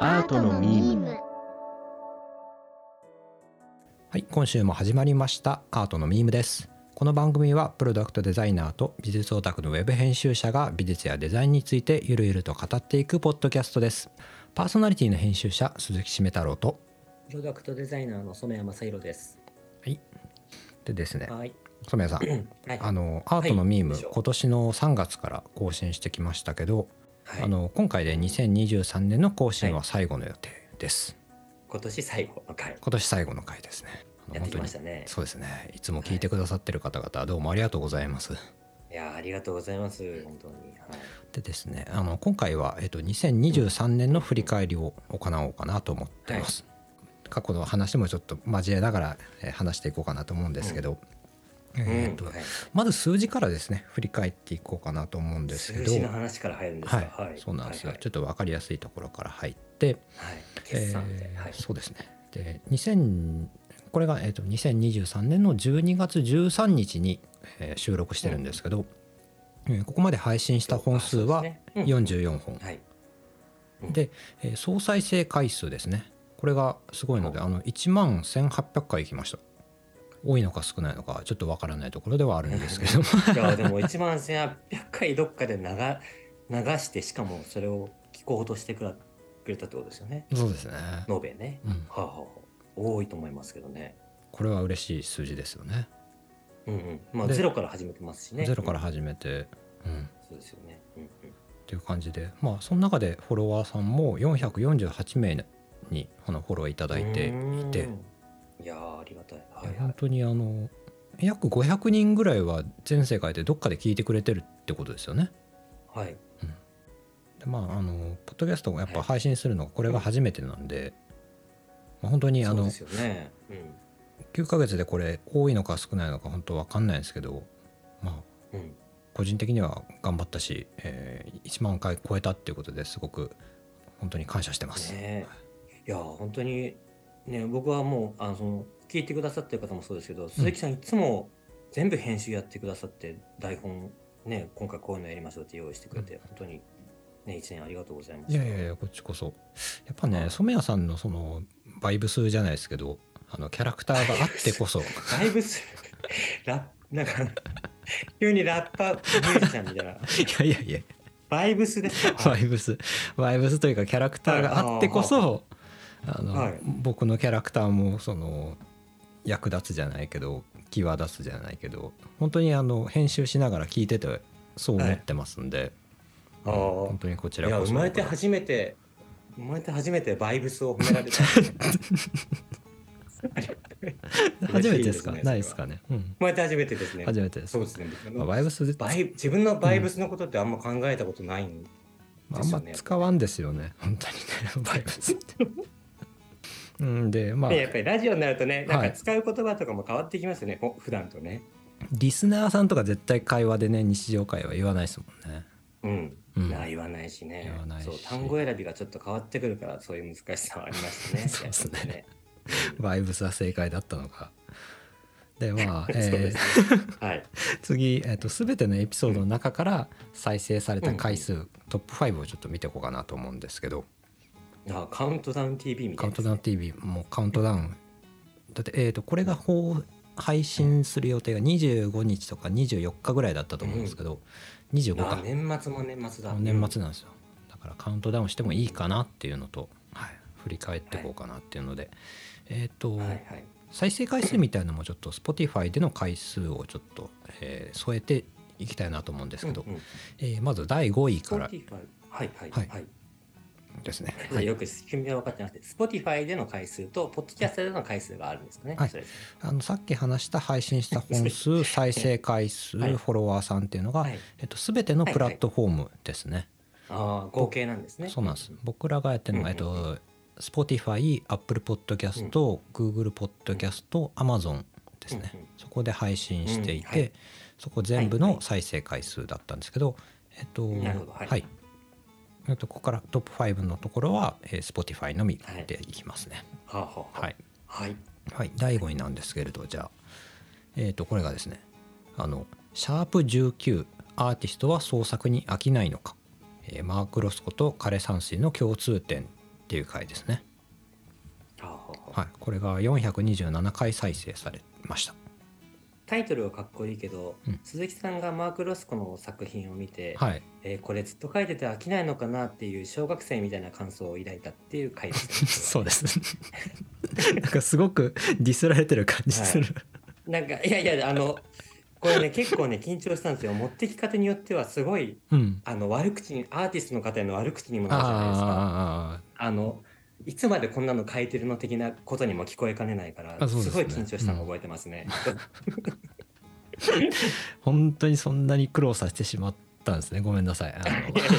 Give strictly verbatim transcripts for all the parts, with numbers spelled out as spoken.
アートのミーム。 はい、今週も始まりましたアートのミームです。この番組はプロダクトデザイナーと美術オタクのウェブ編集者が美術やデザインについてゆるゆると語っていくポッドキャストです。パーソナリティの編集者鈴木しめ太郎とプロダクトデザイナーの染谷正弘です。 はい。でですね、 はい、 染谷さん、はい、あのアートのミーム、はい、今年のさんがつから更新してきましたけど、はい、あの今回でにせんにじゅうさんねんの更新は最後の予定です。はい、 今年最後の回。 今年最後の回ですね。 やってきましたね。 そうですね。いつも聞いてくださってる方々、どうもありがとうございます。 いやありがとうございます本当に。はい、 でですね、あの今回は、えっと、にせんにじゅうさんねんの振り返りを行おうかなと思ってます。はい、過去の話もちょっと交えながら、えー、話していこうかなと思うんですけど、うんえーとうんはい、まず数字からですね振り返っていこうかなと思うんですけど、 数字の話から入るんですか。 はいはい、そうなんですよ、はいはい、ちょっと分かりやすいところから入って、 はい決算で、 えーはい、 そうですね。でにせんこれが、えー、とにせんにじゅうさんねんのじゅうにがつじゅうさんにちに、えー、収録してるんですけど、うんえー、ここまで配信した本数はよんじゅうよんほん、はいうん、で、えー、総再生回数ですね。これがすごいので、あのいちまんせんはっぴゃっかいいきました。多いのか少ないのかちょっとわからないところではあるんですけどいやでもいちまんせんはっぴゃっかいどっかで流、流してしかもそれを聞こうとしてくれたってことですよね。 そうですね。 延べね、うん、はあはあ、多いと思いますけどね。 これは嬉しい数字ですよね。 うんうんまあ、ゼロから始めてますしね。 ゼロから始めて、 うん、そうですよね、うんうん、 っていう感じで、まあその中でフォロワーさんもよんひゃくよんじゅうはちめいにあのフォローいただいていて、 いやありがたい、 はいはい、本当にあの約ごひゃくにんぐらいは全世界でどっかで聞いてくれてるってことですよね。 はい、 うん、でまああのポッドキャストをやっぱ配信するのがこれが初めてなんで、はいまあ、本当にあのそうですよね、うん、 きゅうかげつでこれ多いのか少ないのか本当分かんないんですけど、まあ、うん、個人的には頑張ったし、えー、いちまんかい超えたっていうことですごく本当に感謝してます。 ね、いや本当にね、僕はもうあのその聞いてくださってる方もそうですけど、鈴木さんいつも全部編集やってくださって、台本ね今回こういうのやりましょうって用意してくれて、うん、本当にねいちねんありがとうございました。 いやいやいやこっちこそやっぱね染谷さんのそのバイブスじゃないですけど、あのキャラクターがあってこそバイブスラなんか急にラッパーミュージシャンみたいな。いやいやいやバイブスですか。 バイブスバイブスというかキャラクターがあってこそ、はいあのはい、僕のキャラクターもその役立つじゃないけど際立つじゃないけど本当にあの編集しながら聞いててそう思ってますんで、はいうん、本当にこちらこそ。 いや生まれて初めて生まれて初めてバイブスを褒められた初めてですか。ないですかね、うん、 生まれて初めてですね。 初めてです。 そうですね、 まあ、バイブスバイ自分のバイブスのことってあんま考えたことないんですよね、 うん、あんま使わんですよね本当にねバイブスってうんでまあ、 やっぱりラジオになるとねなんか使う言葉とかも変わってきますよね、はい、普段とね。 リスナーさんとか絶対会話でね日常会話言わないですもんね。 うん、うん、言わないしね。 言わないし、 そう単語選びがちょっと変わってくるからそういう難しさはありましたね。 そうですねねバイブスは正解だったのか。でまあ、えーねはい、 次、えーと、全てのエピソードの中から再生された回数、うんうん、トップファイブをちょっと見ていこうかなと思うんですけど、 あカウントダウン ティーブイ みたいな、ね、 カウントダウン ティーブイ もうカウントダウンだって、えーとこれが配信する予定がにじゅうごにちとかにじゅうよっかぐらいだったと思うんですけど、うん、にじゅうごか。 年末も年末だ。 年末なんですよ。だからカウントダウンしてもいいかなっていうのと、はい、振り返っていこうかなっていうので、はい、えっと、はいはい、再生回数みたいなのもちょっと Spotify での回数をちょっと、えー、添えていきたいなと思うんですけど、うんうんえー、まずだいごいから、 Spotify、はいはいはい、はいですね。 はい、よく仕組みが分かってなくて、Spotify での回数と Podcast での回数があるんですかね。 はい、 それあのさっき話した配信した本数、再生回数、はい、フォロワーさんっていうのが、はいえっと、全てのプラットフォームですね。 はいはい、ああ、合計なんですね。 そうなんです。僕らがやってるのが、えっと、Spotify、Apple Podcast、うん、Google Podcast、Amazon ですね、うんうん。そこで配信していて、うんはい、そこ全部の再生回数だったんですけど、えっと、なるほど、はい。はいここからトップファイブのところは、えー、Spotify のみでいきますね。 はい。はい。はい。 はい、だいごいなんですけれど、じゃあ、えーと、これがですね、あの、シャープじゅうきゅう、アーティストは創作に飽きないのか、えー、マーク・ロスコと枯山水の共通点っっていう回ですね。 あはい、これがよんひゃくにじゅうななかい再生されました。 タイトルはかっこいいけど、 うん鈴木さんがマーク・ロスコの作品を見て、 はい、 えーこれずっと書いてて飽きないのかなっていう小学生みたいな感想を抱いたっていう回ですね。 そうですなんかすごくディスられてる感じする、 はい、なんかいやいやあのこれね結構ね緊張したんですよ。持ってき方によってはすごい、 うん、 あの悪口にアーティストの方への悪口にもなるじゃないですか。 ああのいつまでこんなの書いてるの的なことにも聞こえかねないからあ、そうですね、 すごい緊張したのを覚えてますね。 うん、本当にそんなに苦労させてしまったんですね。ごめんなさい。あの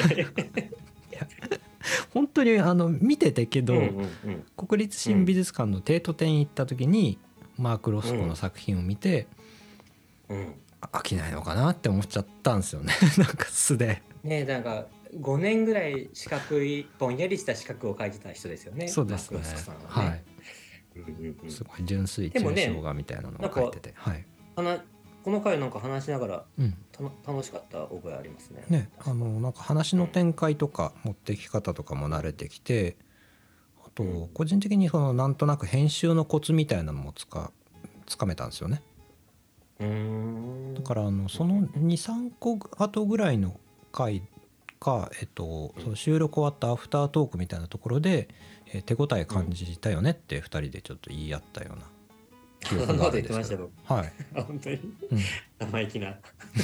本当にあの見ててけど、 うんうんうん、 国立新美術館の帝都展行った時にマーク・ロスコの作品を見て、 うんうん、 飽きないのかなって思っちゃったんですよねなんか素でね、なんかごねんぐらい四角いぼんやりした四角を描いてた人ですよね。 そうですね。 マーク・ロスコさんはね。 はい。 うんうんうん、 すごい純粋抽象画みたいなのを描いてて、ね、はい。 この回なんか話しながら、 うん、 楽しかった覚えありますね。 ね、あのなんか話の展開とか持ってき方とかも慣れてきて、あと個人的にそのなんとなく編集のコツみたいなのもつかつかめたんですよね。 うーん、 だからあのそのにさんこ後ぐらいの回か、えっと、その収録終わったアフタートークみたいなところで、えー手応え感じたよねってふたりでちょっと言い合ったような記憶があるんですけど、はい、 本当に、うん、生意気な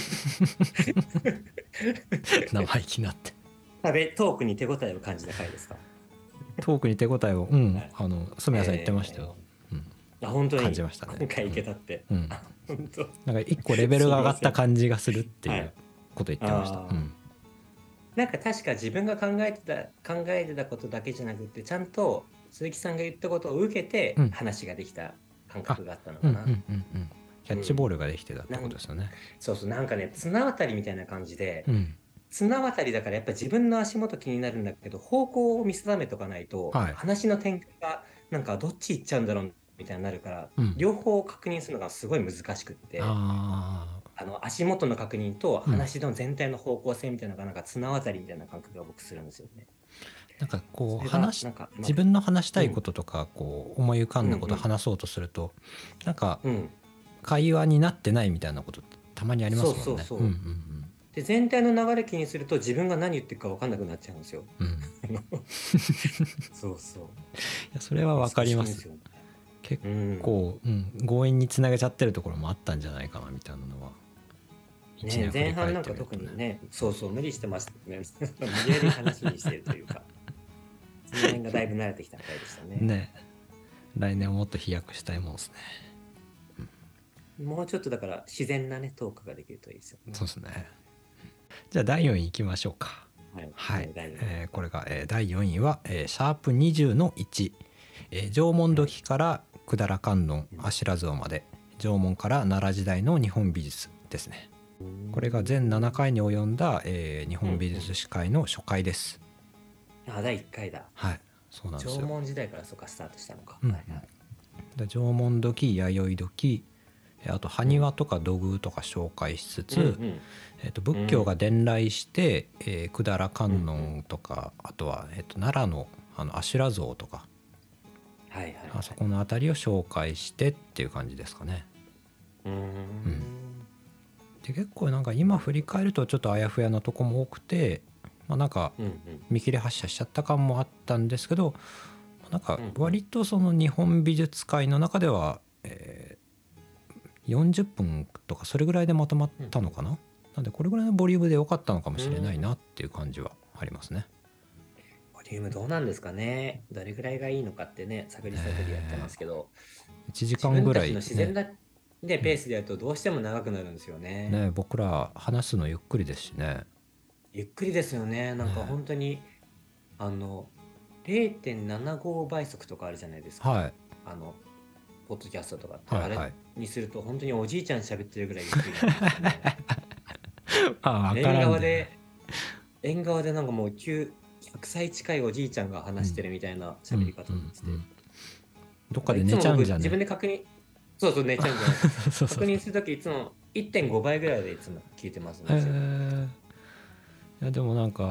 生意気なって食べトークに手応えを感じた回ですか？ トークに手応えを、うん、はい、あの住谷さん言ってましたよ、えーうん、あ本当に感じましたね。 今回いけたって、 うん、 本当なんか一個レベルが上がった感じがするっていうこと言ってました、はい、うん、 なんか確か自分が考えてた考えてたことだけじゃなくてちゃんと鈴木さんが言ったことを受けて話ができた感覚があったのかな。 キャッチボールができてたってことですよね、うん、 そうそう、なんかね綱渡りみたいな感じで、 うん、 綱渡りだからやっぱ自分の足元気になるんだけど方向を見定めとかないと、はい、話の展開がなんかどっち行っちゃうんだろうみたいになるから、うん、両方確認するのがすごい難しくって、ああの足元の確認と話の全体の方向性みたいなのがなんか綱渡りみたいな感覚が僕するんですよね。 なんかこう話なんか自分の話したいこととかこう思い浮かんだことを話そうとすると、うん、なんか会話になってないみたいなことたまにありますもんね。そうそうそう、うんうんうん、 で全体の流れ気にすると自分が何言ってるか分かんなくなっちゃうんですよ、うん、そうそう、いやそれは分かります。結構、うん、強引につなげちゃってるところもあったんじゃないかなみたいなのは、 ね、前半なんか特にね、そうそう無理してましたね無理やり話にしてるというかその辺がだいぶ慣れてきたみたいでしたね。 ね、来年はもっと飛躍したいもんですね、 うん、もうちょっとだから自然なねトークができるといいですよね。 そうですね。じゃあだいよんいいきましょうか。はい、はい、えー、これが、えー、だいよんいは、えー、シャープにじゅうのいち、えー、縄文土器から百済観音阿修羅像まで、縄文から奈良時代の日本美術ですね。これが全ななかいに及んだ、えー、日本美術史会の初回です。 あ、だいいっかいだ。 はい、そうなんですよ。 縄文時代からそうかスタートしたのか。 うんうん、はいはい、で縄文土器、弥生土器、あと埴輪とか土偶とか紹介しつつ、うんうん、えー、と仏教が伝来して、うん、えー、百済観音とか、うん、あとは、えー、と奈良のあの阿修羅像とか、はいはいはい、あそこの辺りを紹介してっていう感じですかね。うーん、うん、で結構なんか今振り返るとちょっとあやふやなとこも多くて、まあ、なんか見切り発車しちゃった感もあったんですけど、なんか割とその日本美術界の中では、えー、よんじゅっぷんとかそれぐらいでまとまったのかな。なんでこれぐらいのボリュームで良かったのかもしれないなっていう感じはありますね。 ボリュームどうなんですかね。どれぐらいがいいのかってね探り探りやってますけど、 いちじかんぐらい、ね、 自分たちの自然な、ね、ペースでやるとどうしても長くなるんですよね。 ね、僕ら話すのゆっくりですしね。 ゆっくりですよね。なんか本当に、ね、あの れいてんななご 倍速とかあるじゃないですか、はい、あのポッドキャストとかって、はいはい、あれにすると本当におじいちゃん喋ってるぐらいゆっくりなんですよね。ああ縁側で縁側でなんかもうひゃくさい近いおじいちゃんが話してるみたいな喋り方になってて、うんうんうん、 どっかで寝ちゃうんじゃね。 自分で確認そうそう寝ちゃうんじゃないそうそう確認するときいつも いってんご 倍ぐらいでいつも聞いてますね。 えー、いやでもなんか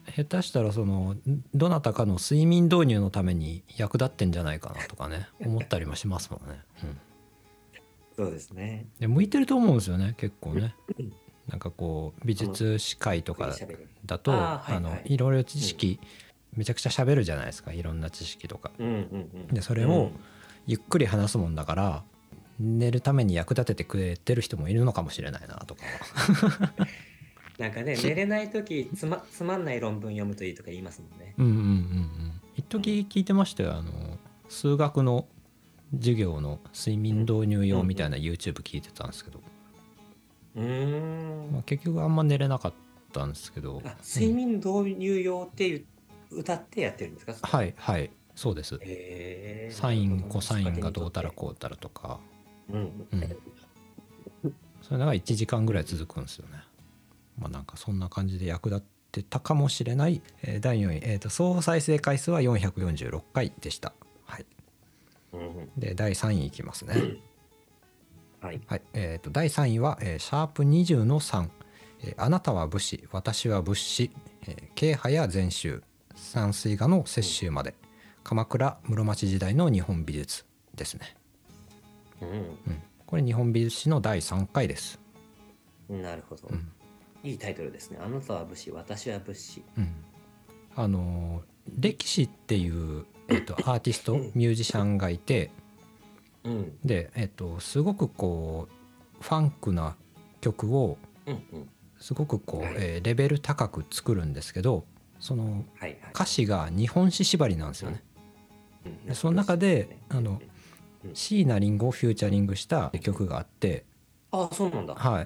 下手したらそのどなたかの睡眠導入のために役立ってんじゃないかなとかね思ったりもしますもんね、うん、 そうですね。 で向いてると思うんですよね結構ね。なんかこう美術史会とかだとあ、はいはい、あのいろいろ知識、うん、めちゃくちゃ喋るじゃないですか、いろんな知識とか、うんうんうん、でそれをゆっくり話すもんだから、うん、寝るために役立ててくれてる人もいるのかもしれないなとかなんかね、寝れない時つま、つまんない論文読むといいとか言いますもんね。 うんうんうんうん。一時聞いてましたよ、あの数学の授業の睡眠導入用みたいな YouTube 聞いてたんですけど、うーん、まあ、結局あんま寝れなかったんですけど。 あ、睡眠導入用っていう、うん、歌ってやってるんですか？ はいはいそうです。へー、サインコサインがどうたらこうたらとか、うんうん、それがいちじかんぐらい続くんですよね。まあなんかそんな感じで役立ってたかもしれない。えー、だいよんい、えーと、総再生回数はよんひゃくよんじゅうろっかいでした。はい、うん、でだいさんいいきますね。はい、はい、えーとだいさんいは、えー、シャープにじゅうのさん、えー、あなたは武士私は物資、えー、慶派や禅宗山水画の雪舟まで、うん、鎌倉室町時代の日本美術ですね。うんうん、これ日本美術史のだいさんかいです。なるほど、うん、いいタイトルですね。あなたは武士私は物資、うん、あの歴史っていう、えー、とアーティストミュージシャンがいて、うん、で、えー、とすごくこうファンクな曲をすごくこう、えー、レベル高く作るんですけど、その歌詞が日本史縛りなんですよね。でその中であの椎名林檎をフューチャリングした曲があって、ああそうなんだ、はい、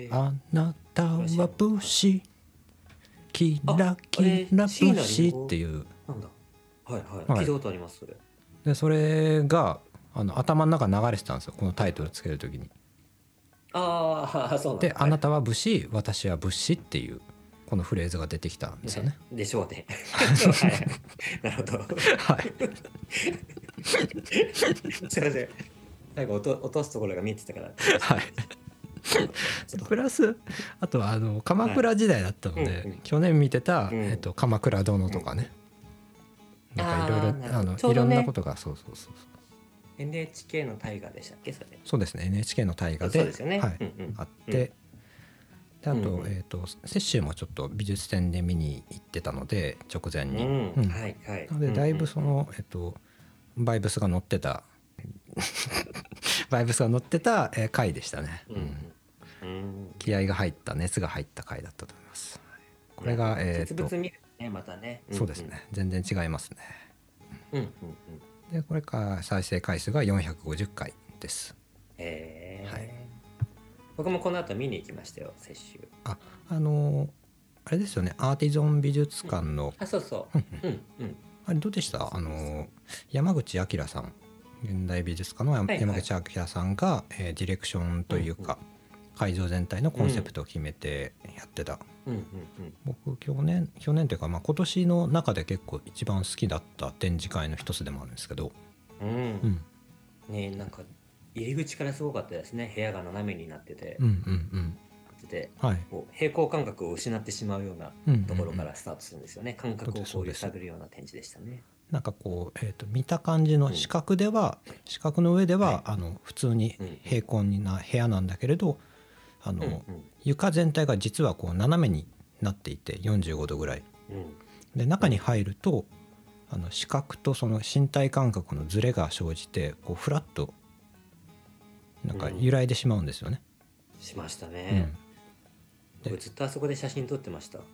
あなたは武士キラキラ武士っていう、なんだ、はいはい、はい、聞いたことあります。それでそれがあの頭の中流れてたんですよ、このタイトルつけるときに。ああそうなんだ。で、はい、あなたは武士私は物資っていうこのフレーズが出てきたんですよね。でしょうね。はい、なるほど。はい。すいません。最後落と、落とすところが見えてたから。はい。プラスあとはあの鎌倉時代だったので、はい、うんうん、去年見てた、うん、えっと、鎌倉殿とかね、うん、なんかいろいろあの、ね、いろんなことがそうそうそうそう エヌエイチケー の大河でしたっけそれ。そうですね エヌエイチケー の大河で、そうですよね、はい、うんうん、あって、うん、であと、うんうん、えーと雪舟もちょっと美術展で見に行ってたので直前に、うんうん、はいはい、なのでだいぶその、えーとバイブスが乗ってたバイブスが乗ってた回でしたね、うんうん、気合が入った熱が入った回だったと思います。これが、えー、と実物見るねまたね、そうですね、全然違いますね、うんうんうん、でこれから再生回数がよんひゃくごじゅっかいです。へえ、はい、僕もこの後見に行きましたよ雪舟。あ、あのー、あれですよね、アーティゾン美術館の、うん、あそうそううんうんあれどうでした？あの山口明さん、現代美術家の山口明さんが、はいはい、えー、ディレクションというか、うんうん、会場全体のコンセプトを決めてやってた、うんうんうん、僕去年去年というか、まあ、今年の中で結構一番好きだった展示会の一つでもあるんですけど、うんうんね、なんか入り口からすごかったですね。部屋が斜めになってて、うんうんうんで、はい、こう平行感覚を失ってしまうようなところからスタートするんですよね、うんうんうん、感覚をこう揺さぶるような展示でしたね。なんかこう、えーと、見た感じの視覚では、うん、視覚の上では、はい、あの普通に平行な部屋なんだけれど、あの、うんうん、床全体が実はこう斜めになっていてよんじゅうごどぐらい、うん、で中に入るとあの視覚とその身体感覚のズレが生じてこうフラッとなんか揺らいでしまうんですよね、うん、しましたね、うん、僕ずっとあそこで写真撮ってました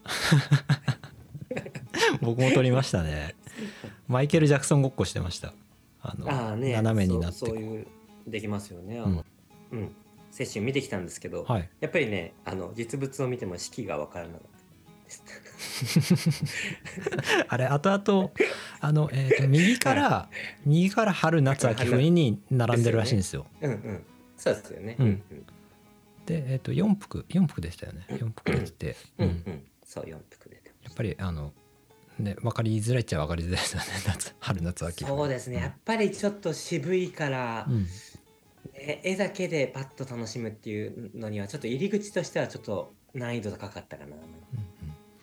僕も撮りましたねマイケル・ジャクソンごっこしてました。あのあ、ね、斜めになって そ, そういうできますよね。あの、うんうん、セッション見てきたんですけど、はい、やっぱりねあの実物を見ても式が分からなかったですあれ後々あの、えー、と右から、はい、右から春夏秋冬に並んでるらしいんですよ。うんうん、そうですよね、うんうん、で、えー、とよん服よん服でしたよね。よん服出てて、うんうん、そうよん服出てやっぱりあのね、分かりづらいっちゃ分かりづらいですよね夏春夏秋冬。そうですね、うん、やっぱりちょっと渋いから、うんね、絵だけでパッと楽しむっていうのにはちょっと入り口としてはちょっと難易度高かったかな、うんうん、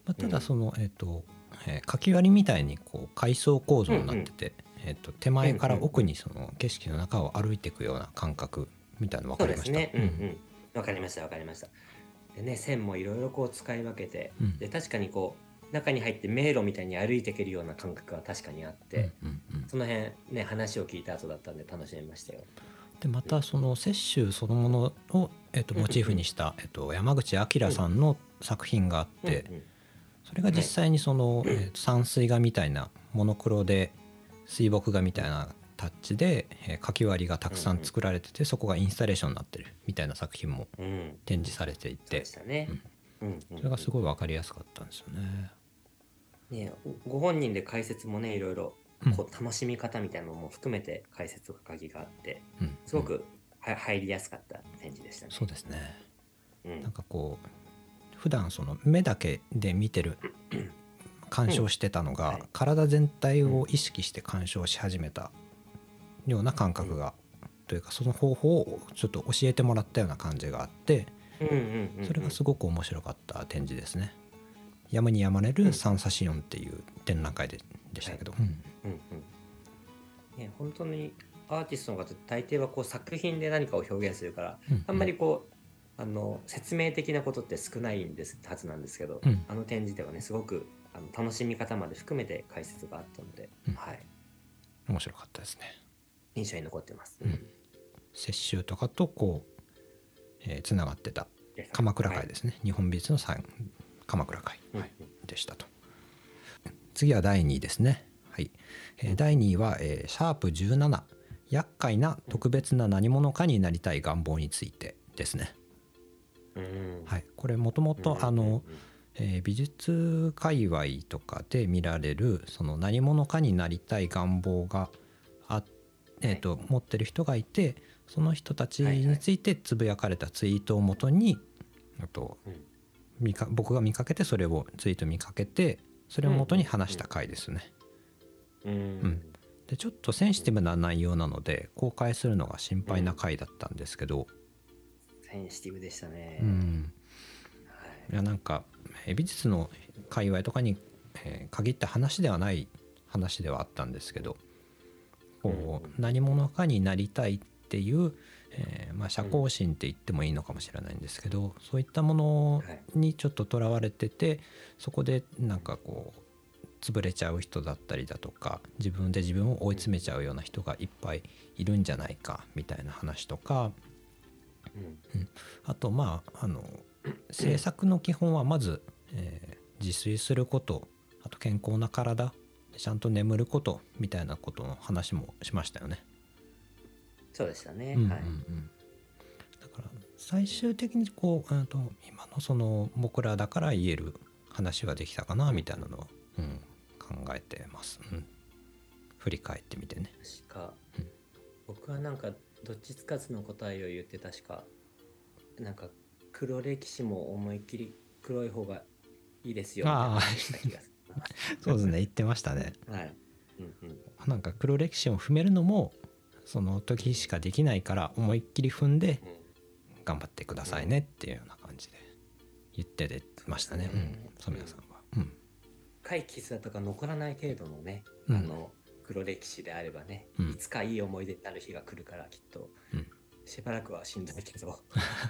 まあ、ただその、えーとえー、かき割りみたいにこう階層構造になってて、うんうん、えー、と手前から奥にその景色の中を歩いていくような感覚みたいなの分かりました。 そうですね、うんうん、分かりました分かりました。でね、線もいろいろこう使い分けて、うん、で確かにこう中に入って迷路みたいに歩いていけるような感覚は確かにあって、うんうんうん、その辺ね話を聞いた後だったんで楽しみましたよ。 でまたその雪舟そのものを、えー、とモチーフにした、えー、と山口晃さんの作品があって、うんうん、それが実際にその、はい、えー、山水画みたいなモノクロで水墨画みたいなタッチで、えー、かき割りがたくさん作られてて、うんうん、そこがインスタレーションになってるみたいな作品も展示されていて、それがすごい分かりやすかったんですよね。 ね、ご本人で解説もねいろいろこう楽しみ方みたいなのも含めて解説が鍵があって、うん、すごくは入りやすかった展示でしたね。 そうですね、うん、なんかこう普段その目だけで見てる鑑賞してたのが、うんはい、体全体を意識して鑑賞し始めたような感覚が、うん、というかその方法をちょっと教えてもらったような感じがあって、それがすごく面白かった展示ですね。やむにやまれる三叉子音っていう展覧会ででしたけど、はいうんうんうんね、本当にアーティストの方大抵はこう作品で何かを表現するから、うんうん、あんまりこうあの説明的なことって少ないんですはずなんですけど、うん、あの展示ではねすごくあの楽しみ方まで含めて解説があったので、うんはい、 面白かったですね。 印象に残ってます、 うん、雪舟とかとこう、えー、つながってた鎌倉会ですね、はい、日本美術の鎌倉会、はい、でしたと。次はだいにいですね、はいえー、だいにいは、えー、シャープじゅうなな厄介な特別な何者かになりたい願望についてですね、うんはい、これもともとあの、えー、美術界隈とかで見られるその何者かになりたい願望があ、えー、と持ってる人がいて、その人たちについてつぶやかれたツイートをもとにあと、うん見か僕が見かけてそれをツイート見かけてそれを元に話した回ですね、うんうん、でちょっとセンシティブな内容なので公開するのが心配な回だったんですけど、 うん、センシティブでしたね、 うんはい、いやなんか美術の界隈とかに、えー、限った話ではない話ではあったんですけど、こう、うん、何者かになりたいっていうえーまあ、社交心って言ってもいいのかもしれないんですけど、うん、そういったものにちょっととらわれてて、はい、そこでなんかこう潰れちゃう人だったりだとか自分で自分を追い詰めちゃうような人がいっぱいいるんじゃないかみたいな話とか、うんうん、あとまああの制作の基本はまず、えー、自炊すること、あと健康な体、ちゃんと眠ることみたいなことの話もしましたよね。 そうでしたね、 うんうんうん、はい、だから最終的にこう、うん、と今のその僕らだから言える話ができたかなみたいなのを、うん、考えてます、うん、振り返ってみてね。 確か、うん、僕はなんかどっちつかずの答えを言って確かなんか黒歴史も思いっきり黒い方がいいですよみたいな話した気がするそうですね言ってましたね、 はいうんうん、 なんか黒歴史を踏めるのもその時しかできないから思いっきり踏んで頑張ってくださいねっていうような感じで言って出ましたね、うん、染谷さんは、うん、 深い傷とか残らない程度のね、うん、あの黒歴史であればね、うん、いつかいい思い出になる日が来るからきっと、うん、しばらくはしんどいけど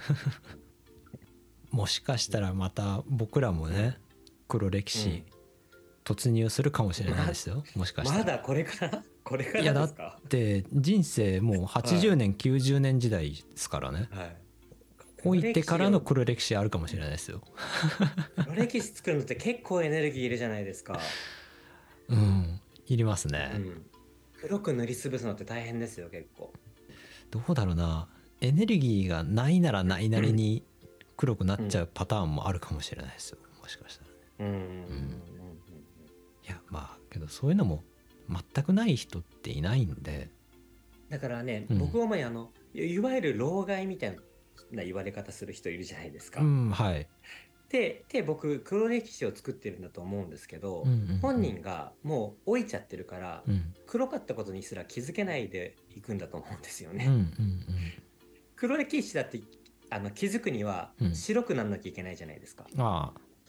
もしかしたらまた僕らもね黒歴史突入するかもしれないですよ、もしかしたら。 まだこれからこれからですか。 いやだって人生もうはちじゅうねん、はい、きゅうじゅうねん時代ですからね、はい、置いてからの黒歴史あるかもしれないですよ黒歴史作るのって結構エネルギーいるじゃないですか。 うんいりますね、うん、 黒く塗りつぶすのって大変ですよ結構。 どうだろうな、エネルギーがないならないなりに黒くなっちゃうパターンもあるかもしれないですよ、もしかしたらね。うん、うん、いやまあけどそういうのも全くない人っていないんで。 だからね、うん、僕は前あのいわゆる老害みたいな言われ方する人いるじゃないですか、 うんはい、 で, で僕黒歴史を作ってるんだと思うんですけど、うんうんうん、本人がもう老いちゃってるから、うん、黒かったことにすら気づけないでいくんだと思うんですよね、うんうんうん、黒歴史だってあの気づくには白くなんなきゃいけないじゃないですか、 うん、あ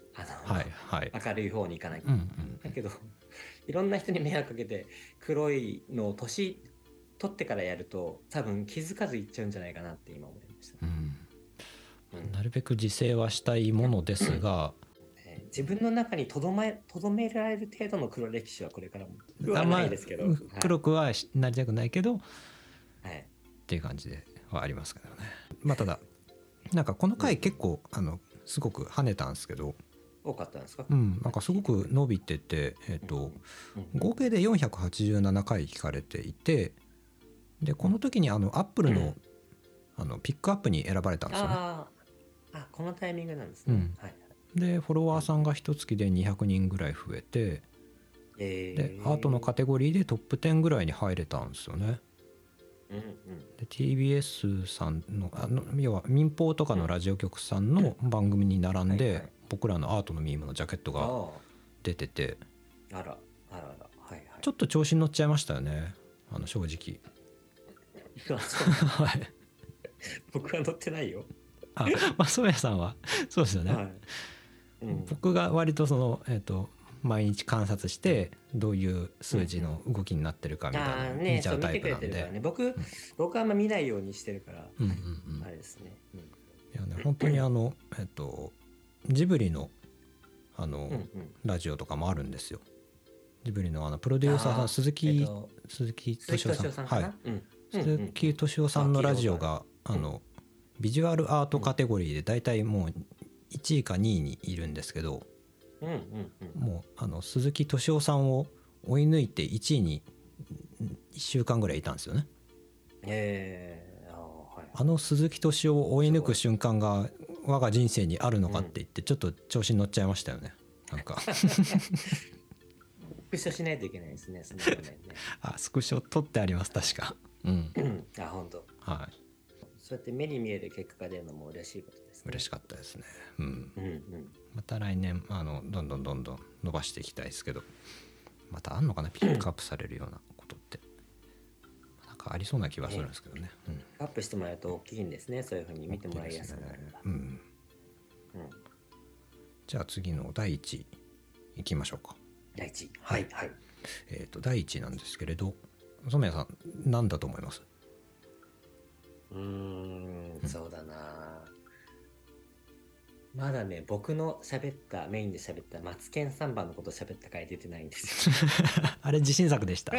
あの、 はいはい、 明るい方に行かなきゃ、 うんうん、 だけどいろんな人に迷惑かけて黒いのを年取ってからやると多分気づかず行っちゃうんじゃないかなって今思いました、 うんうん、 なるべく自制はしたいものですが、 えー自分の中にとどめとどめられる程度の黒歴史はこれからも言わあんまないですけど、はい、 黒くはなりたくないけど、 はい、 っていう感じではありますけどね。まあただなんかこの回結構、うん、あのすごく跳ねたんですけど、 多かったんですか？ うん、なんかすごく伸びてて、えーとうん、合計でよんひゃくはちじゅうななかい聞かれていて、でこの時にあのアップルの、うん、あのピックアップに選ばれたんですよね。 ああ、このタイミングなんですね、うんはい、 でフォロワーさんが一月でにひゃくにんぐらい増えて、 えー、 でアートのカテゴリーでトップじゅうぐらいに入れたんですよね。 うんうん、 で ティービーエス さん の, あの要は民放とかのラジオ局さんの番組に並んで、うんはいはい、僕らのアートのミームのジャケットが出てて、 あらあらあら、はいはい、 ちょっと調子に乗っちゃいましたよね、あの正直はい、 僕は乗ってないよ。 あ、まあ、染谷さんはそうですよね、はいうん、僕が割とその、えーと、毎日観察してどういう数字の動きになってるかみたいなの見ちゃうタイプなんで、うんうんね、僕、うん、僕はあんま見ないようにしてるから、うんうんうん、あれですね、うん、いやね本当にあの、えっと、ジブリのあの、うんうん、ラジオとかもあるんですよ。ジブリのあのプロデューサーさん鈴木、えっと、鈴木敏夫さん、はい、うん、鈴木敏夫さんのラジオが、うん、あのビジュアルアートカテゴリーでだいたいもういちいかにいにいるんですけど、うんうんうん、もうあの鈴木敏夫さんを追い抜いていちいにいっしゅうかんぐらいいたんですよね。 えーあはい、 あの鈴木敏夫を追い抜く瞬間が我が人生にあるのかって言ってちょっと調子に乗っちゃいましたよね、なんかスクショしないといけないですね、その場面ね。 あ、スクショ撮ってあります確か。うん。 あ、本当。 はい。 そうやって目に見える結果が出るのも嬉しいことですね。 嬉しかったですね。うん。うんうん、また来年あのどんどんどんどん伸ばしていきたいですけど、またあんのかなピックアップされるようなことって。なんかありそうな気はするんですけどね。うん、 アップしてもらうと大きいんですね。そういうふうに見てもらいやすくなる。うん。うん。 じゃあ次のだいいちいいきましょうか。 だいいちはいはい。 えっとだいいちいなんですけれど、染谷さん何だと思います？ うーん、そうだな。まだね、僕の喋ったメインで喋ったマツケンサンバのこと喋った回出てないんですよ。 あれ自信作でした。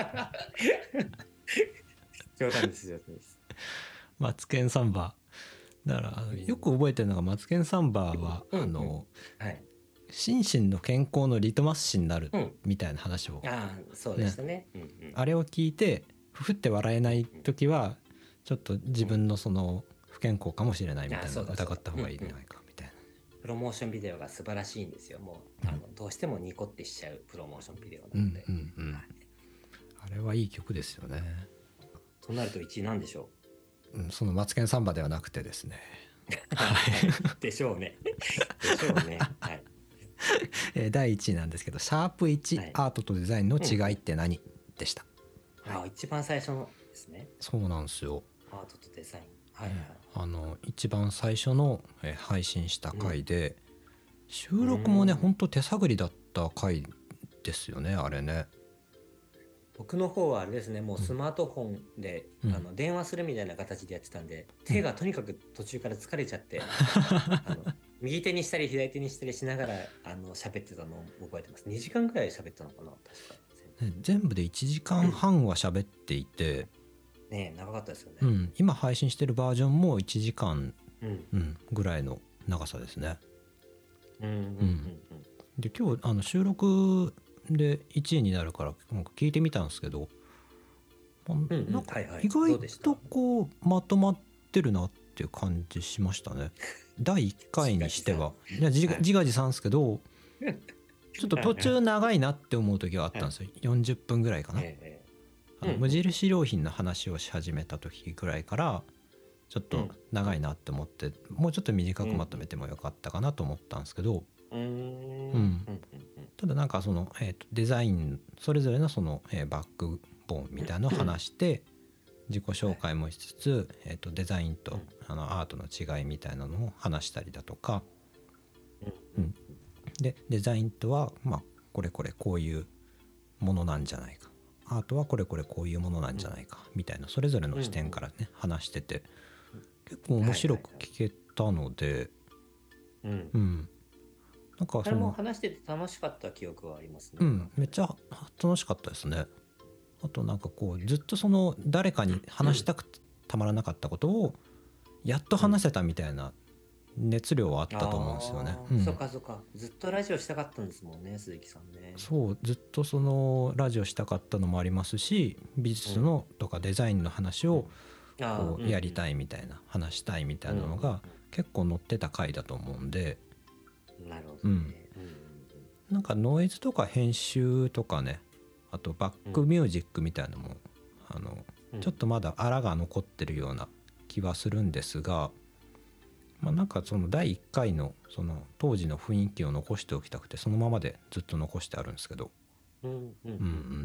冗談です冗談です。 マツケンサンバだからあのよく覚えてるのがマツケンサンバは、うん、あの、うんはい、心身の健康のリトマス紙になるみたいな話を、 うん、ああそうでしたね、ねうんうん、あれを聞いてふふって笑えない時はちょっと自分のその不健康かもしれないみたいな、うん、疑った方がいいんじゃないかみたいな、 うんうん、プロモーションビデオが素晴らしいんですよ。もう、うん、あのどうしてもニコってしちゃうプロモーションビデオなので、うんうんうんはい、 あれはいい曲ですよね。 となるといちいなんでしょう、うん、そのマツケンサンバではなくてですねでしょうねでしょうねはいだいいちいなんですけどシャープいち、はい、アートとデザインの違いって何、うん、でした。 あ、一番最初のですね。 そうなんですよ。 アートとデザイン。はいはい。 あの一番最初の配信した回で、うん、収録もね、本当手探りだった回ですよね、あれね。 僕の方はあれですね、もうスマートフォンで、うん、あの電話するみたいな形でやってたんで、うん、手がとにかく途中から疲れちゃって、あの右手にしたり左手にしたりしながらあの喋ってたのを覚えてます。にじかんくらい喋ったのかな、確か。 全部でいちじかんはんは喋っていて、 うん、ねえ長かったですよね、 うん、今配信してるバージョンもいちじかん、うんうん、ぐらいの長さですね。うんうんうんうん、で今日あの収録でいちいになるから聞いてみたんですけど、うんうん、なんか意外とこうまとまってるなっていう感じしましたね。だいいっかいにしては。いや自画自賛ですけどちょっと途中長いなって思う時があったんですよ。よんじゅっぷんぐらいかな、えー、あの無印良品の話をし始めた時ぐらいからちょっと長いなって思って、うん、もうちょっと短くまとめてもよかったかなと思ったんですけど、うんうん、ただなんかその、えーと、デザインそれぞれのその、えー、バックボーンみたいなのを話して自己紹介もしつつ、えーと、デザインとあのアートの違いみたいなのを話したりだとか、うん、 でデザインとはまあこれこれこういうものなんじゃないか、アートはこれこれこういうものなんじゃないか、みたいなそれぞれの視点からね、話してて結構面白く聞けたので、 うん、 うん、なんかあれも話してて楽しかった記憶はありますね。 うん、めっちゃ楽しかったですね。あとなんかこうずっとその誰かに話したくてたまらなかったことをやっと話せたみたいな熱量はあったと思うんですよね。 うん、そっかそっか、ずっとラジオしたかったんですもんね、鈴木さんね。 そう、ずっとそのラジオしたかったのもありますし、美術のとかデザインの話をこうやりたいみたいな、話したいみたいなのが結構載ってた回だと思うんで、 なるほどね。 うん、なんかノイズとか編集とかね、あとバックミュージックみたいなのも、あのちょっとまだあらが残ってるような気はするんですが、まあ、なんかそのだいいっかいのその当時の雰囲気を残しておきたくてそのままでずっと残してあるんですけど、 うんうんうん、うん、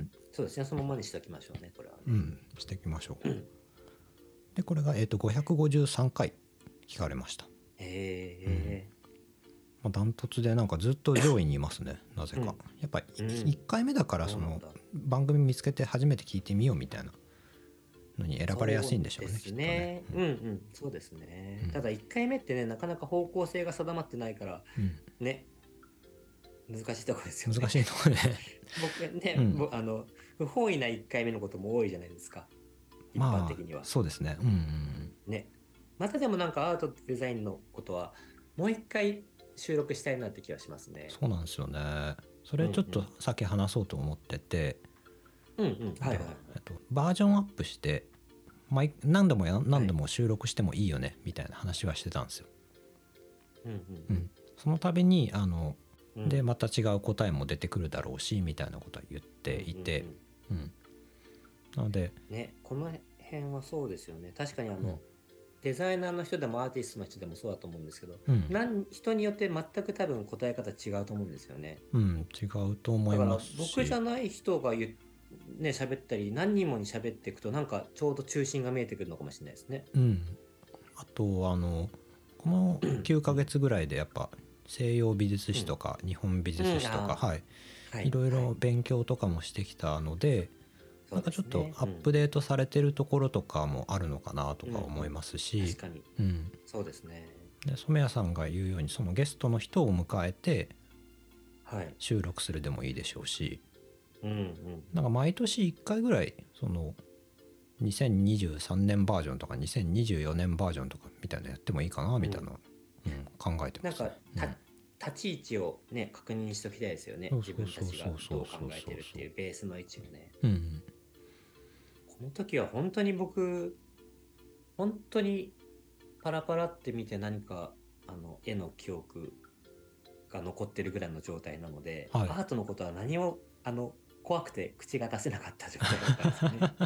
そうですね、そのままにしておきましょうね、これはね。 うん、していきましょう。でこれがえっとごひゃくごじゅうさんかい聞かれました。 へえ、 うん、まあ、ダントツでなんかずっと上位にいますね、なぜか、うん、やっぱりいっかいめだからその番組見つけて初めて聞いてみようみたいなのに選ばれやすいんでしょうね。 そうですね。きっとね。うんうん、そうですね。うん、ただいっかいめってね、なかなか方向性が定まってないから、うん、ね、難しいところですよね。 難しいところね。 僕ね、うん、あの不本意ないっかいめのことも多いじゃないですか。一般的には。 まあ、そうですね。うん、うん、 ね。またでもなんかアートデザインのことはもう一回収録したいなって気がしますね。 そうなんですよね。それちょっとさっき話そうと思ってて、 うんうん、はいはい。 えっとバージョンアップして毎何度もや何度も収録してもいいよね、はい、みたいな話はしてたんですよ。うんうんうん、その度にあの、うん、でまた違う答えも出てくるだろうしみたいなことは言っていて、うんうんうん、なのでね、この辺はそうですよね。確かにあの、うん、デザイナーの人でもアーティストの人でもそうだと思うんですけど、うん、なん人によって全く多分答え方違うと思うんですよね。 うん、違うと思いますし、 だから僕じゃない人が言ね喋ったり何人もに喋っていくとなんかちょうど中心が見えてくるのかもしれないですね。 うん。あとあのこのきゅうかげつぐらいでやっぱ西洋美術史とか日本美術史とか、うん、はい、はい、いろいろ勉強とかもしてきたので、はい、なんかちょっとアップデートされてるところとかもあるのかなとか思いますし、 うん、確かに、うん、そうですね。 で染谷さんが言うようにそのゲストの人を迎えて収録するでもいいでしょうし、はい、うんうん、なんか毎年いっかいぐらいそのにせんにじゅうさんねんバージョンとかにせんにじゅうよねんバージョンとかみたいなのやってもいいかなみたいな、うんうん、考えてます。 なんか、うん、立ち位置をね確認しておきたいですよね。自分たちがどう考えてるっていうベースの位置をね。うん、この時は本当に僕本当にパラパラって見て何かあの絵の記憶が残ってるぐらいの状態なので、はい、アートのことは何もあの怖くて口が出せなかった状態だったんですよね。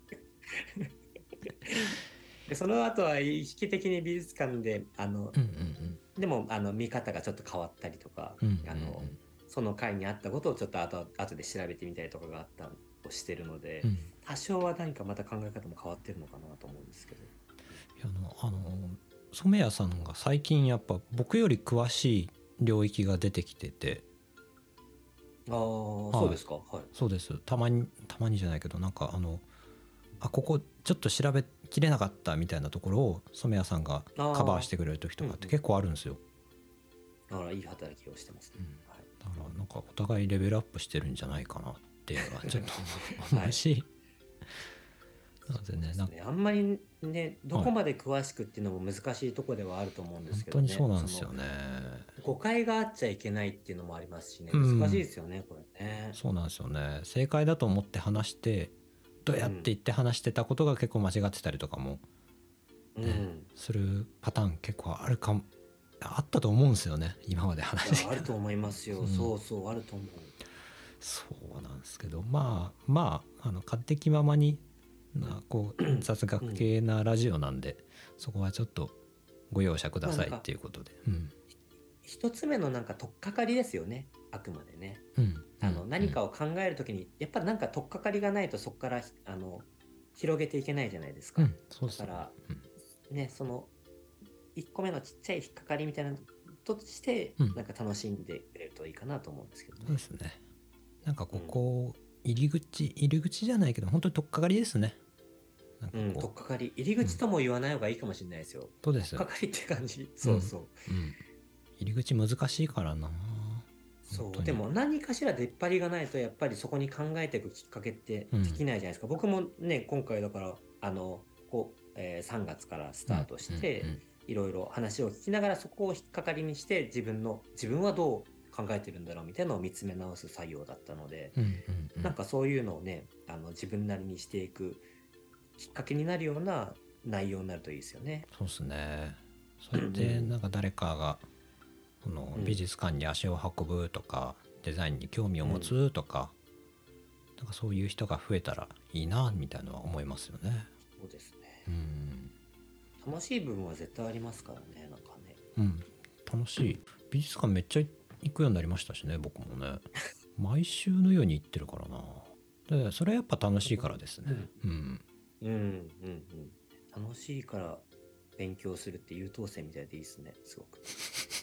でその後は意識的に美術館であの、うんうんうん、でもあの見方がちょっと変わったりとか、うんうんうん、あのその回にあったことをちょっと後後で調べてみたりとかがあったをしてるので、うん、多少は何かまた考え方も変わってるのかなと思うんですけど。 いやあのあの染谷さんが最近やっぱ僕より詳しい領域が出てきてて、 ああ、はい、そうですか、はい、 そうです。たまにたまにじゃないけどなんかあのあここちょっと調べきれなかったみたいなところを染谷さんがカバーしてくれる時とかって結構あるんですよ。 だからいい働きをしてますね、うん、 はい、だからなんかお互いレベルアップしてるんじゃないかなっていうのはちょっと思うし、 なのでね、なんかあんまりねどこまで詳しくっていうのも難しいところではあると思うんですけどね。 本当にそうなんですよね。 誤解があっちゃいけないっていうのもありますしね、難しいですよね、うん、これね。 そうなんですよね。正解だと思って話してどうやって言って話してたことが結構間違ってたりとかも、ね、うん、するパターン結構あるかもあったと思うんですよね、今まで話してあると思いますよ、うん、そうそうあると思う。 そうなんですけど、まあまああの勝手気ままになこう雑学系なラジオなんで、うん、そこはちょっとご容赦くださいっていうことで、うん、 一つ目のなんか取っかかりですよね、あくまでね、うん、あの何かを考えるときにやっぱなんか取っかかりがないとそこからあの広げていけないじゃないですか、うん、そうですね、だから、うん、ね、そのいっこめのちっちゃい引っかかりみたいなとしてうんなんか楽しんでくれるといいかなと思うんですけどね。 そうですね。なんかここ、入り口入り口じゃないけど本当に取っかかりですね。なんかうん、 こ取っかかり入り口とも言わない方がいいかもしれないですよ。 そうです取っかかりって感じ。そうそう。 う、うん、入り口難しいからな。 そうでも何かしら出っ張りがないとやっぱりそこに考えていくきっかけってうんできないじゃないですか。僕もね今回だからあのこう、えーさんがつからスタートして、 うんうんいろいろ話を聞きながらそこを引っかかりにして自分の自分はどう考えてるんだろうみたいなのを見つめ直す作業だったので、 うんうんうん、 なんかそういうのをねあの自分なりにしていくきっかけになるような内容になるといいですよね。 そうですね。そうやってなんか誰かがこの美術館に足を運ぶとか、デザインに興味を持つとか、うん、なんかそういう人が増えたらいいなみたいなのは思いますよね。 そうですね。 うん、 楽しい部分は絶対ありますからね。なんかね。 うん、楽しい。美術館めっちゃ行くようになりましたしね、僕もね。毎週のように行ってるからな。でそれはやっぱ楽しいからですね。うん。 うんうんうんうん。楽しいから勉強するって優等生みたいでいいですね。すごく。い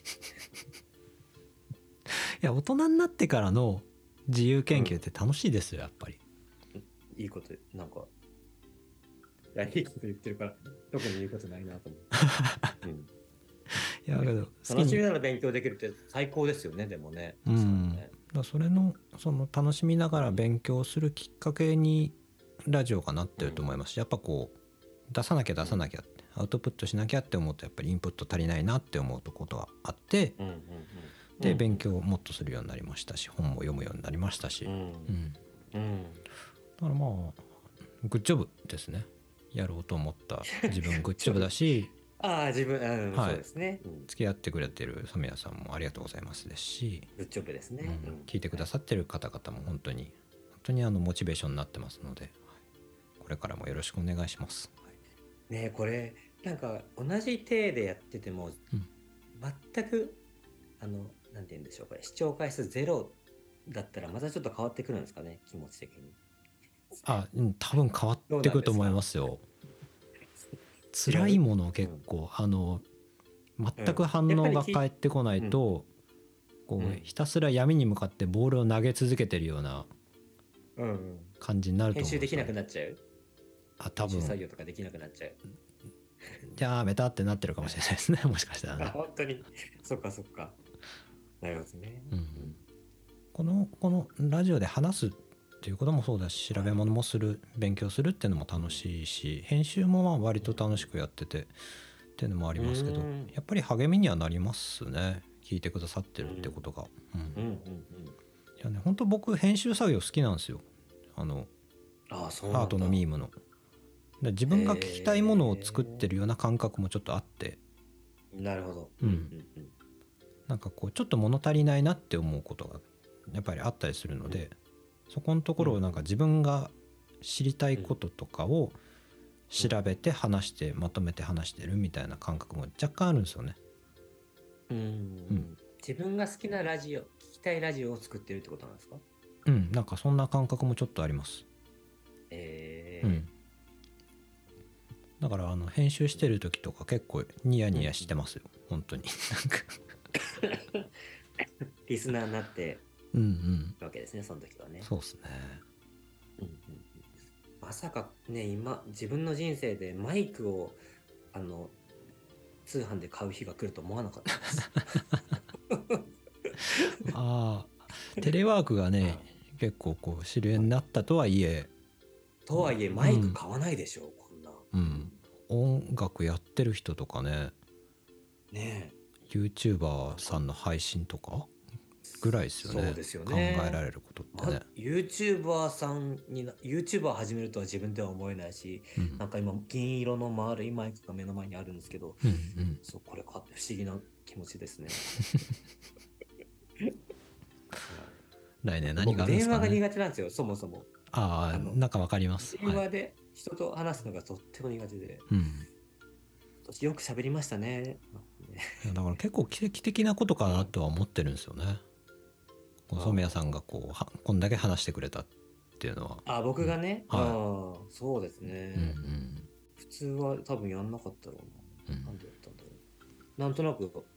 や大人になってからの自由研究って楽しいですよ、やっぱり。 いいことなんか。いやいいこと言ってるから特に言うことないなと思って。うん、いやけど楽しみながら勉強できるって最高ですよね。でもね。 うん。ね、だそれのその楽しみながら勉強するきっかけにラジオがなってると思いますし、うん、やっぱこう出さなきゃ出さなきゃって、アウトプットしなきゃって思うとやっぱりインプット足りないなって思うことがあって、うんうんうん、で勉強をもっとするようになりましたし、本も読むようになりましたし、うんうんうん、だからまあグッジョブですね。やろうと思った自分グッジョブだしああ自分、うんはい、そうですね、 うん、付き合ってくれてる染谷さんもありがとうございますですし、 グッジョブですね、 うん、聞いてくださってる方々も本当に本当にあのモチベーションになってますので、これからもよろしくお願いします。 ねえこれなんか同じ体でやってても、うん、全くあのなんて言うんでしょうか、視聴回数ゼロだったらまたちょっと変わってくるんですかね、気持ち的に。 あ、うん、多分変わってくると思いますよ。辛いもの結構、うん、あの全く反応が返ってこないと、うん、こうひたすら闇に向かってボールを投げ続けてるような感じになると思う、 編集できなくなっちゃう。 あ、多分編集作業とかできなくなっちゃう。 じゃあメタってなってるかもしれないですね、もしかしたらね。 あ、本当にそっかそっか。なるほどね、うんうん、 このこのラジオで話すっていうこともそうだし、調べ物もする、勉強するっていうのも楽しいし、編集もまあ割と楽しくやっててっていうのもありますけど、やっぱり励みにはなりますね、聞いてくださってるってことが。うんうんうんうん、いやね、本当僕編集作業好きなんですよ。あのああ、そうハートのミームの自分が聞きたいものを作ってるような感覚もちょっとあって、 なるほど、 うんうんうん、なんかこうちょっと物足りないなって思うことがやっぱりあったりするので、うん、そこのところをなんか自分が知りたいこととかを調べて話してまとめて話してるみたいな感覚も若干あるんですよね。 うん、うん、自分が好きなラジオ、聞きたいラジオを作ってるってことなんですか？ うん、なんかそんな感覚もちょっとあります。 えー、 うん、だからあの編集してる時とか結構ニヤニヤしてますよ、うん、本当にリスナーになってうんうんわけですね、その時はね。 そうですね、 うんうん、まさかね、今自分の人生でマイクをあの通販で買う日が来ると思わなかったですああ、テレワークがね結構こう主流になったとはいえとはいえマイク買わないでしょ、うん、こんな、 うん、音楽やってる人とかね、 ねえ YouTuber さんの配信とかぐらいですよね。 そうですよね、 考えられることってね、 ま、YouTuber さんに YouTuber 始めるとは自分では思えないし、うん、なんか今銀色の丸いマイクが目の前にあるんですけど、うんうん、そうこれ買って不思議な気持ちですね来年何があるんですかね。 僕電話が苦手なんですよ、そもそも。 ああ、なんかわかります。 電話で人と話すのがとっても苦手で、はい、うん、よく喋りましたね。 だから結構奇跡的なことかなとは思ってるんですよね。染谷さんがこうはこんだけ話してくれたっていうのは。 あ、僕がね、 うん、はい、 あ、そうですね、うんうん、普通は多分やんなかったろうな、うん、なんでやったんだろう。なんとなく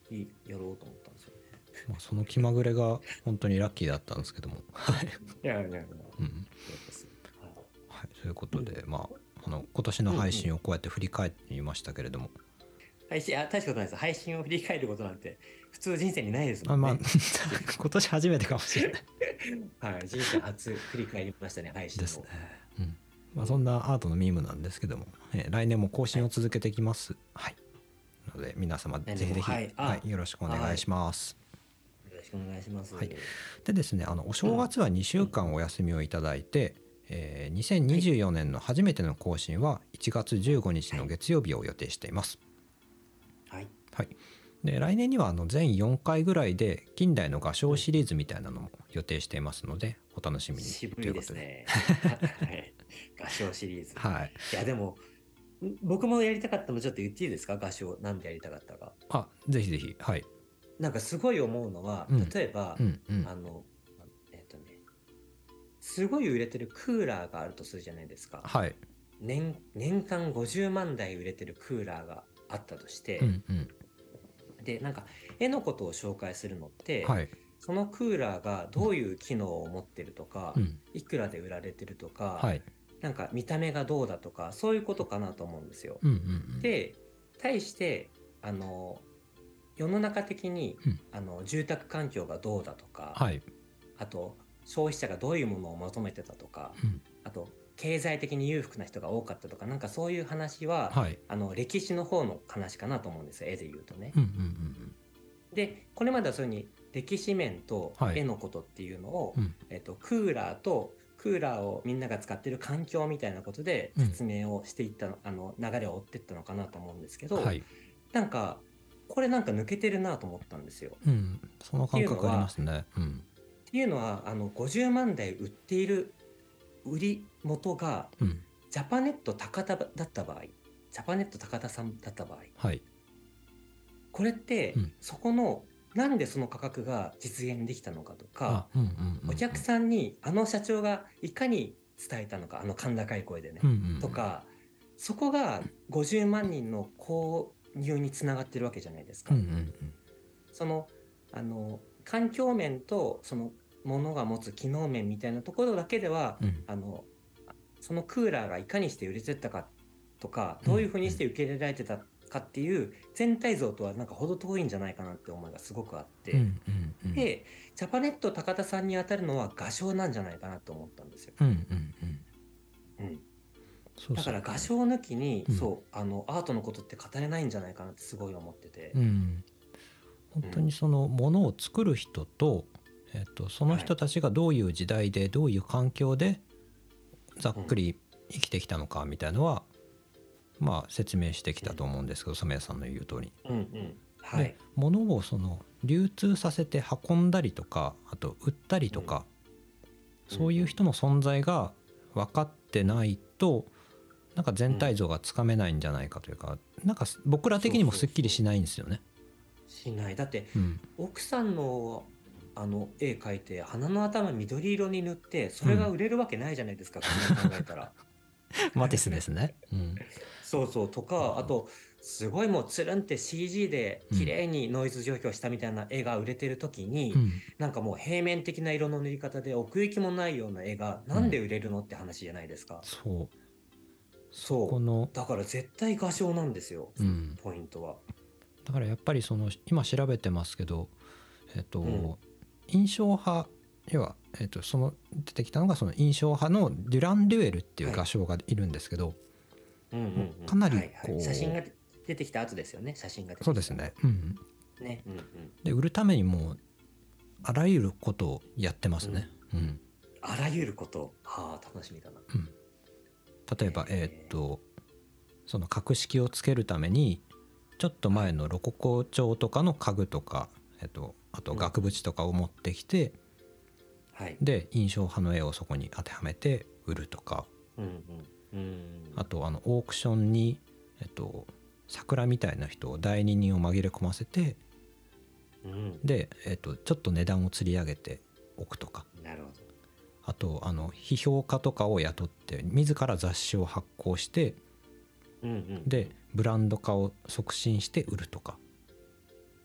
やろうと思ったんですよね。 まあ、その気まぐれが本当にラッキーだったんですけどもはい、 いやいやいや、 うんそうです。 はい、ということで、 うん、 まあ、あの今年の配信をこうやって振り返ってみましたけれども、 配信、あ、大したことないです。配信を振り返ることなんて普通人生にないですもあ、 んね。 まあ今年初めてかもしれないはい、人生初振り返りましたね、配信を。 ですね、うんまあ、そんなアートのミームなんですけども、えー来年も更新を続けていきます、はい、ので皆様ぜひぜひ、 はい、 はい、よろしくお願いします、 よろしくお願いします。 はい、でですね、あのお正月はにしゅうかんお休みをいただいて、えーにせんにじゅうよねんの初めての更新はいちがつじゅうごにちの月曜日を予定しています。 はい。 はい、で来年にはあの全よんかいぐらいで近代の画商シリーズみたいなのも予定していますのでお楽しみに渋いですね。はい。合唱シリーズ。 はい。 いや、でも、僕もやりたかったのちょっと言っていいですか、合唱。なんでやりたかったか。 あ、ぜひぜひ。はい。 なんかすごい思うのは、 うん例えば、 うんうんあの、えっとね、すごい売れてるクーラーがあるとするじゃないですか。 はい。 年、年間ごじゅうまんだい売れてるクーラーがあったとして、 うんうんで、なんか、絵のことを紹介するのって、 はい。 そのクーラーがどういう機能を持ってるとか、 うんいくらで売られてるとか、 はい。 なんか見た目がどうだとか、そういうことかなと思うんですよ。 うんうんうんで、対して、あの、世の中的に、 うんあの住宅環境がどうだとか、 はい。 あと消費者がどういうものを求めてたとか、 うんあと経済的に裕福な人が多かったとか、なんかそういう話は、 はい。 あの歴史の方の話かなと思うんですよ、絵で言うとね。 うんうんうんで、これまではそういうふうに歴史面とはい絵のことっていうのを、 うんえっと、クーラーとクーラーをみんなが使ってる環境みたいなことでうん説明をしていったの、あの流れを追っていったのかなと思うんですけど、 はい。 なんかこれなんか抜けてるなと思ったんですよ。 うんその感覚ありますね。うんっていうのは、あのごじゅうまんだい売っている売り元がうんジャパネット高田だった場合、ジャパネット高田さんだった場合、 はい。 これって、 うんそこのなんでその価格が実現できたのかとか、 あうんうんうんうんお客さんにあの社長がいかに伝えたのか、あの甲高い声でね、 うんうんうんとか、そこがごじゅうまんにんの購入につながってるわけじゃないですか。 うんうんうんそのあの環境面とそのものが持つ機能面みたいなところだけでは、 うんあのそのクーラーがいかにして売れてったかとか、どういうふうにして受け入れられてたかっていう全体像とはなんか程遠いんじゃないかなって思いがすごくあって、 うんうんうんでジャパネット高田さんに当たるのは画商なんじゃないかなと思ったんですよ。 うんうんうんうん、 そうそうだから画商抜きに、 うんそうあのアートのことって語れないんじゃないかなってすごい思ってて、 うん本当にそのものを作る人と、えっと、その人たちがどういう時代でどういう環境でざっくり生きてきたのかみたいのは、まあ説明してきたと思うんですけど、染谷さんの言う通り、 うんうんはいで物をその流通させて運んだりとか、あと売ったりとか、 うんそういう人の存在が分かってないとなんか全体像がつかめないんじゃないかというか、なんか僕ら的にもすっきりしないんですよね。 しない。だってうん奥さんのあの絵描いて鼻の頭緑色に塗ってそれが売れるわけないじゃないですか、普通に考えたら。 マティスですね。うんそうそうとか、あとすごいもうつるんって シージー で綺麗にノイズ除去したみたいな絵が売れてる時に、 うんなんかもう平面的な色の塗り方で奥行きもないような絵がなんで売れるのって話じゃないですか。 そうそうこのだから絶対画商なんですよ、 うんポイントは。 だからやっぱりその今調べてますけど、えっとうん印象派要は、えっと、その出てきたのがその印象派のデュラン・デュエルっていう画商がいるんですけど、 うんうんうんかなりはいはいこう写真が出てきた後ですよね、写真が出てきたそうですね、うん、 ね、うんうん、 で売るためにもうあらゆることをやってますね、うんあらゆることはあ楽しみだな。 うん、例えばえっとその格式をつけるためにちょっと前のロココ調とかの家具とか、えっと、あと額縁とかを持ってきて、 はいで印象派の絵をそこに当てはめて売るとか、 うんうんうんあとあのオークションに、えっと、桜みたいな人を代理人を紛れ込ませてうんで、えっと、ちょっと値段を釣り上げておくとか、 なるほど。 あとあの批評家とかを雇って自ら雑誌を発行してうんうんでブランド化を促進して売るとか、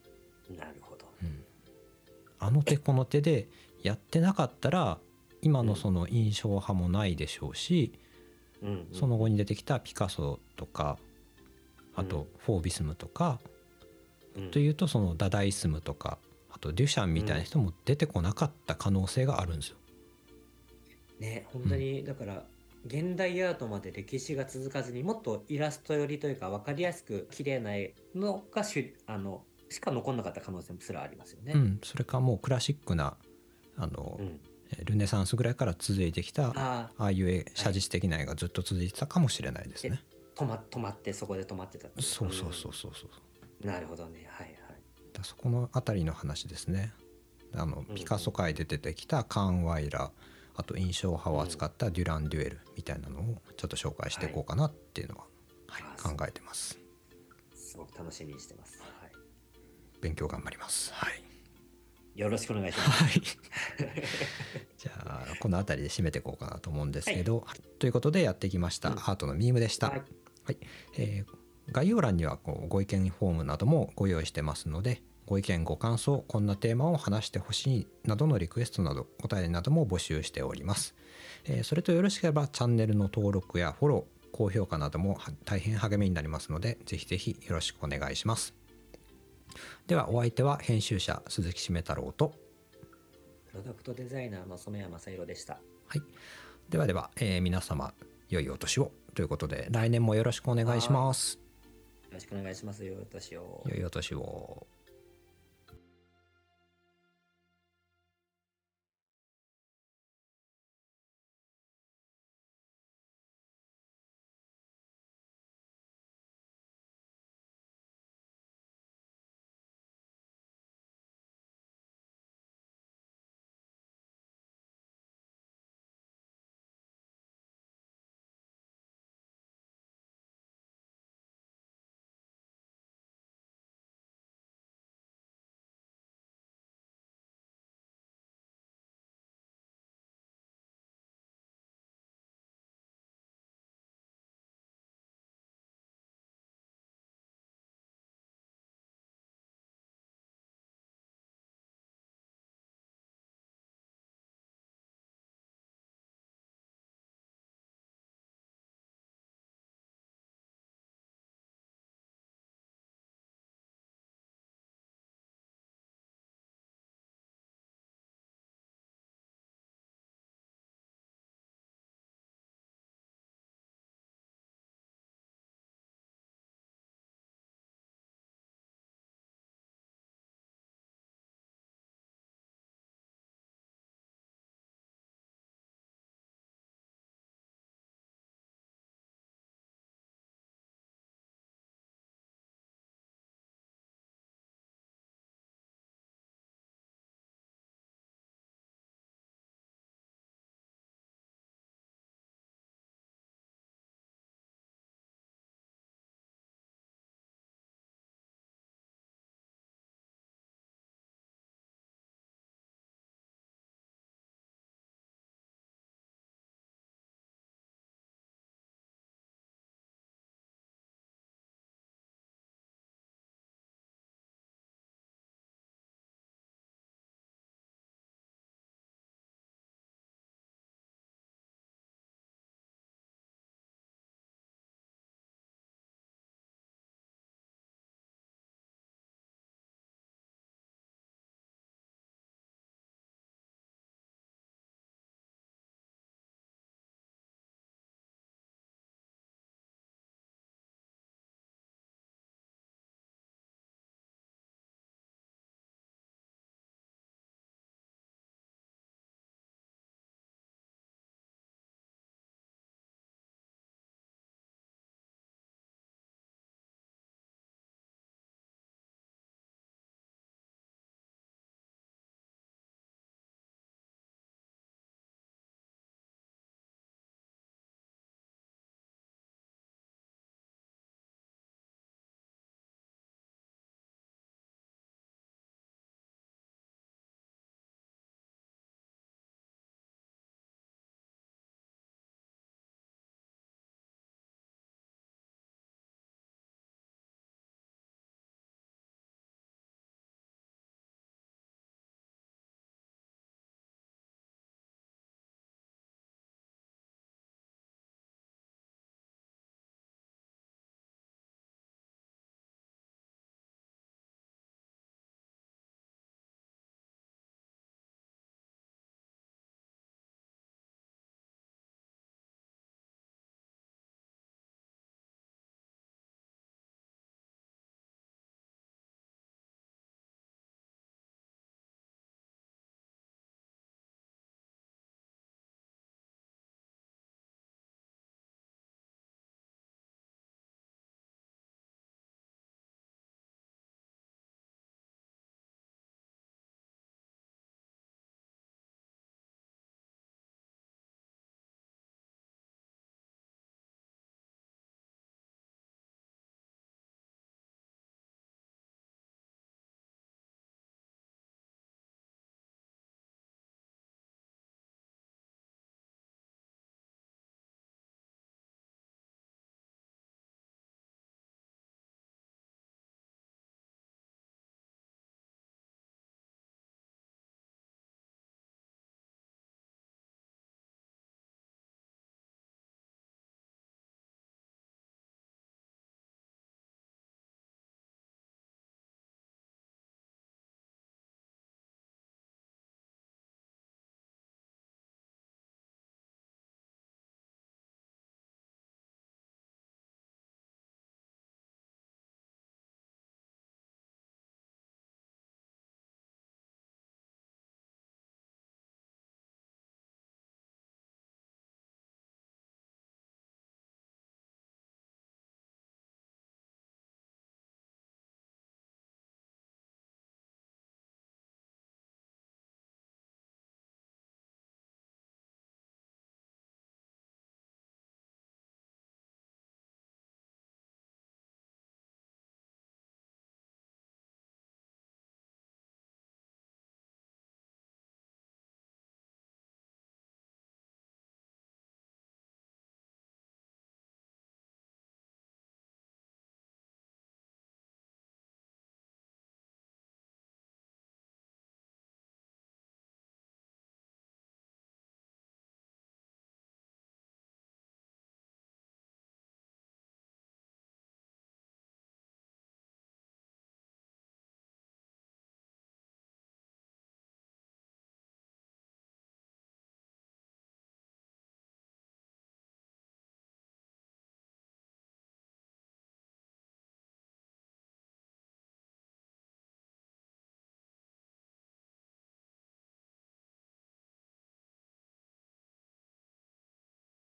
なるほど、 うん、あの手この手でやってなかったら今のその印象派もないでしょうし、 うんうんうん、 その後に出てきたピカソとかあとフォービスムとか、うん、というとそのダダイスムとかあとデュシャンみたいな人も出てこなかった可能性があるんですよ。 ね、本当にだから現代アートまで歴史が続かずにもっとイラスト寄りというか分かりやすく綺麗なのがしあのしか残んなかった可能性もすらありますよね。 うん、それかもうクラシックなあの、うん、ルネサンスぐらいから続いてきた あ, ああいう写実的な絵がずっと続いてたかもしれないですね。はい、 止ま、止まってそこで止まってたって。 そうそうそうそうそう、 うん、なるほどね。はいはい。 だそこのあたりの話ですね。あのピカソ界で出てきたカーン・ワイラー、あと印象派を扱ったデュラン・デュエルみたいなのをちょっと紹介していこうかなっていうのは、はいはい、考えてます。 すごく楽しみにしてます。はい、 勉強頑張ります。はい。 よろしくお願いします。 はい。じゃあこの辺りで締めていこうかなと思うんですけど、はい、ということでやってきました、うん、アートのミームでした。はい。はい、えー、概要欄にはこうご意見フォームなどもご用意してますので。ご意見ご感想、こんなテーマを話してほしいなどのリクエストなど答えなども募集しております。えー、それとよろしければチャンネルの登録やフォロー、高評価なども大変励みになりますのでぜひぜひよろしくお願いします。ではお相手は編集者鈴木しめ太郎とプロダクトデザイナーの染谷正弘でした。 はい。ではでは、えー、皆様良いお年をということで来年もよろしくお願いします。 よろしくお願いします。良いお年を。 良いお年を。